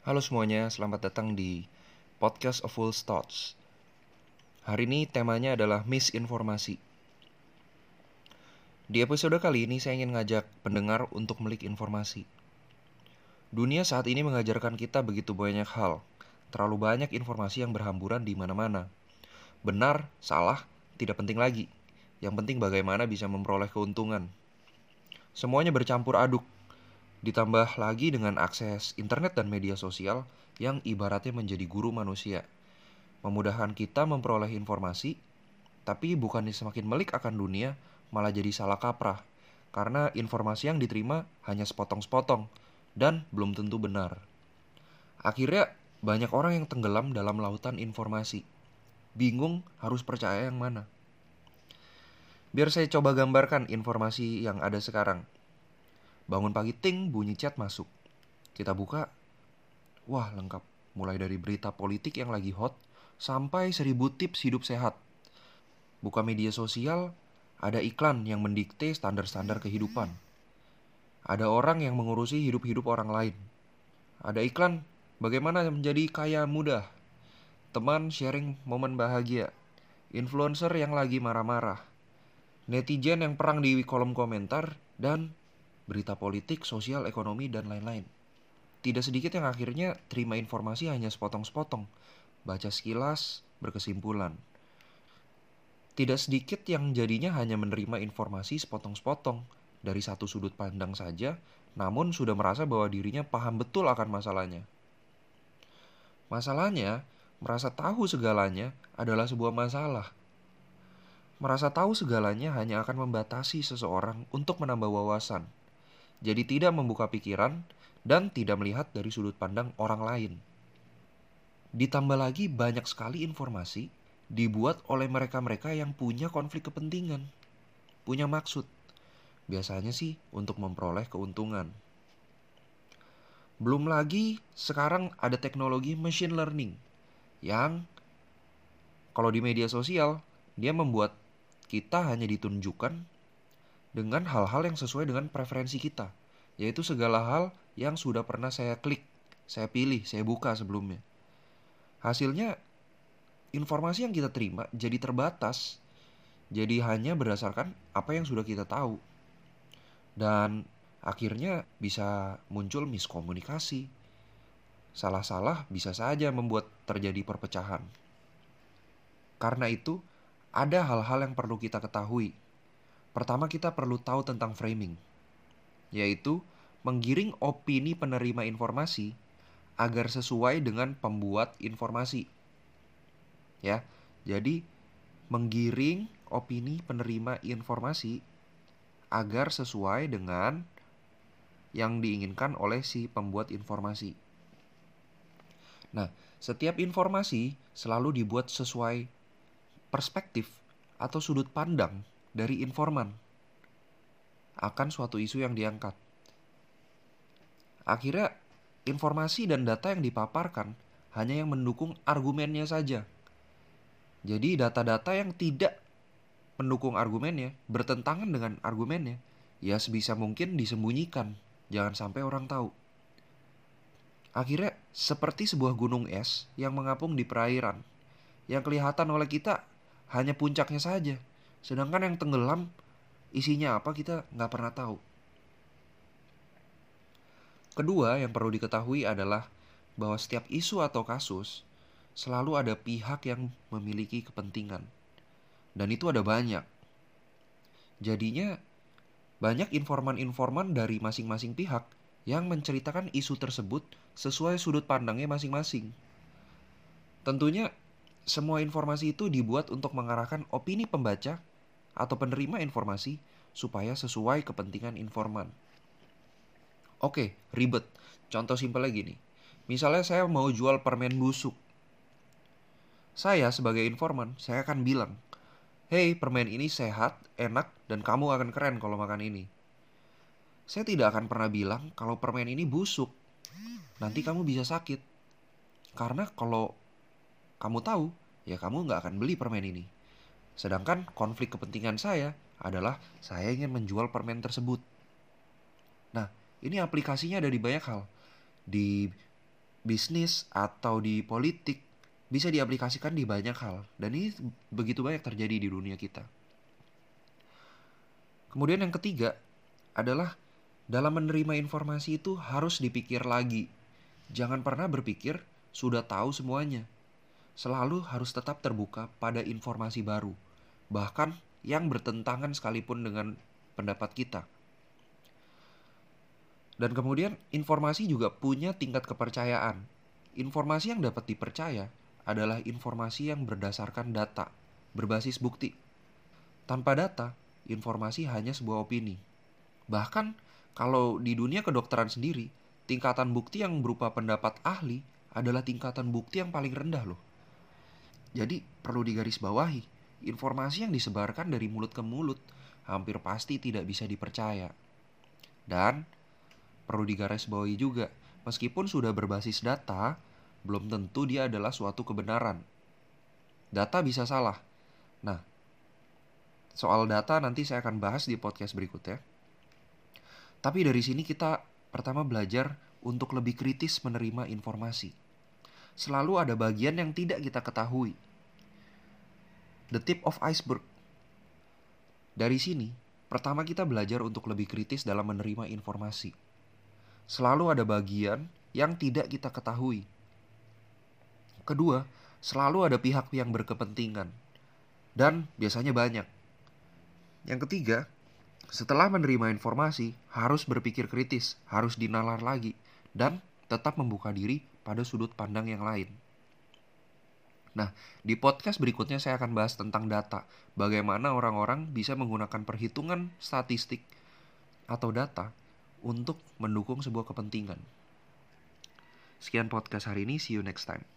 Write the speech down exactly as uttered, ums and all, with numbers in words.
Halo semuanya, selamat datang di podcast of Full Thoughts. Hari ini temanya adalah misinformasi. Di episode kali ini saya ingin ngajak pendengar untuk melik informasi. Dunia saat ini mengajarkan kita begitu banyak hal. Terlalu banyak informasi yang berhamburan di mana-mana. Benar, salah, tidak penting lagi. Yang penting bagaimana bisa memperoleh keuntungan. Semuanya bercampur aduk. Ditambah lagi dengan akses internet dan media sosial yang ibaratnya menjadi guru manusia. Memudahkan kita memperoleh informasi, tapi bukannya semakin melik akan dunia, malah jadi salah kaprah. Karena informasi yang diterima hanya sepotong-sepotong, dan belum tentu benar. Akhirnya, banyak orang yang tenggelam dalam lautan informasi. Bingung harus percaya yang mana. Biar saya coba gambarkan informasi yang ada sekarang. Bangun pagi ting, bunyi chat masuk. Kita buka, wah lengkap. Mulai dari berita politik yang lagi hot, sampai seribu tips hidup sehat. Buka media sosial, ada iklan yang mendikte standar-standar kehidupan. Ada orang yang mengurusi hidup-hidup orang lain. Ada iklan, bagaimana menjadi kaya mudah. Teman sharing momen bahagia. Influencer yang lagi marah-marah. Netizen yang perang di kolom komentar. Dan berita politik, sosial, ekonomi, dan lain-lain. Tidak sedikit yang akhirnya terima informasi hanya sepotong-sepotong. Baca sekilas, berkesimpulan. Tidak sedikit yang jadinya hanya menerima informasi sepotong-sepotong dari satu sudut pandang saja, namun sudah merasa bahwa dirinya paham betul akan masalahnya. Masalahnya, merasa tahu segalanya adalah sebuah masalah. Merasa tahu segalanya hanya akan membatasi seseorang untuk menambah wawasan. Jadi tidak membuka pikiran dan tidak melihat dari sudut pandang orang lain. Ditambah lagi banyak sekali informasi dibuat oleh mereka-mereka yang punya konflik kepentingan, punya maksud. Biasanya sih untuk memperoleh keuntungan. Belum lagi sekarang ada teknologi machine learning yang kalau di media sosial dia membuat kita hanya ditunjukkan dengan hal-hal yang sesuai dengan preferensi kita, yaitu segala hal yang sudah pernah saya klik, saya pilih, saya buka sebelumnya. Hasilnya informasi yang kita terima jadi terbatas. Jadi hanya berdasarkan apa yang sudah kita tahu. Dan akhirnya bisa muncul miskomunikasi. Salah-salah bisa saja membuat terjadi perpecahan. Karena itu, ada hal-hal yang perlu kita ketahui. Pertama, kita perlu tahu tentang framing, yaitu menggiring opini penerima informasi agar sesuai dengan pembuat informasi. Ya, jadi menggiring opini penerima informasi agar sesuai dengan yang diinginkan oleh si pembuat informasi. Nah, setiap informasi selalu dibuat sesuai perspektif atau sudut pandang dari informan akan suatu isu yang diangkat. Akhirnya, informasi dan data yang dipaparkan hanya yang mendukung argumennya saja. Jadi data-data yang tidak mendukung argumennya, bertentangan dengan argumennya, ya sebisa mungkin disembunyikan, jangan sampai orang tahu. Akhirnya seperti sebuah gunung es yang mengapung di perairan, yang kelihatan oleh kita hanya puncaknya saja, sedangkan yang tenggelam isinya apa kita nggak pernah tahu. Kedua yang perlu diketahui adalah bahwa setiap isu atau kasus selalu ada pihak yang memiliki kepentingan. Dan itu ada banyak. Jadinya banyak informan-informan dari masing-masing pihak yang menceritakan isu tersebut sesuai sudut pandangnya masing-masing. Tentunya semua informasi itu dibuat untuk mengarahkan opini pembaca atau penerima informasi supaya sesuai kepentingan informan. Oke, ribet. Contoh simpelnya gini. Misalnya saya mau jual permen busuk. Saya sebagai informan, saya akan bilang, "Hei, permen ini sehat, enak, dan kamu akan keren kalau makan ini." Saya tidak akan pernah bilang kalau permen ini busuk. Nanti kamu bisa sakit. Karena kalau kamu tahu, ya kamu nggak akan beli permen ini. Sedangkan konflik kepentingan saya adalah saya ingin menjual permen tersebut. Nah, ini aplikasinya ada di banyak hal. Di bisnis atau di politik, bisa diaplikasikan di banyak hal. Dan ini begitu banyak terjadi di dunia kita. Kemudian yang ketiga adalah dalam menerima informasi itu harus dipikir lagi. Jangan pernah berpikir sudah tahu semuanya. Selalu harus tetap terbuka pada informasi baru, bahkan yang bertentangan sekalipun dengan pendapat kita. Dan kemudian informasi juga punya tingkat kepercayaan. Informasi yang dapat dipercaya adalah informasi yang berdasarkan data, berbasis bukti. Tanpa data, informasi hanya sebuah opini. Bahkan kalau di dunia kedokteran sendiri, tingkatan bukti yang berupa pendapat ahli adalah tingkatan bukti yang paling rendah loh. Jadi perlu digarisbawahi, informasi yang disebarkan dari mulut ke mulut hampir pasti tidak bisa dipercaya. Dan perlu digarisbawahi juga, meskipun sudah berbasis data, belum tentu dia adalah suatu kebenaran. Data bisa salah. Nah, soal data nanti saya akan bahas di podcast berikutnya. Tapi dari sini kita pertama belajar untuk lebih kritis menerima informasi. Selalu ada bagian yang tidak kita ketahui. The tip of iceberg. Dari sini, pertama kita belajar untuk lebih kritis dalam menerima informasi. Selalu ada bagian yang tidak kita ketahui. Kedua, selalu ada pihak yang berkepentingan. Dan biasanya banyak. Yang ketiga, setelah menerima informasi, harus berpikir kritis, harus dinalar lagi, dan tetap membuka diri pada sudut pandang yang lain. Nah, di podcast berikutnya saya akan bahas tentang data. Bagaimana orang-orang bisa menggunakan perhitungan statistik atau data untuk mendukung sebuah kepentingan. Sekian podcast hari ini, see you next time.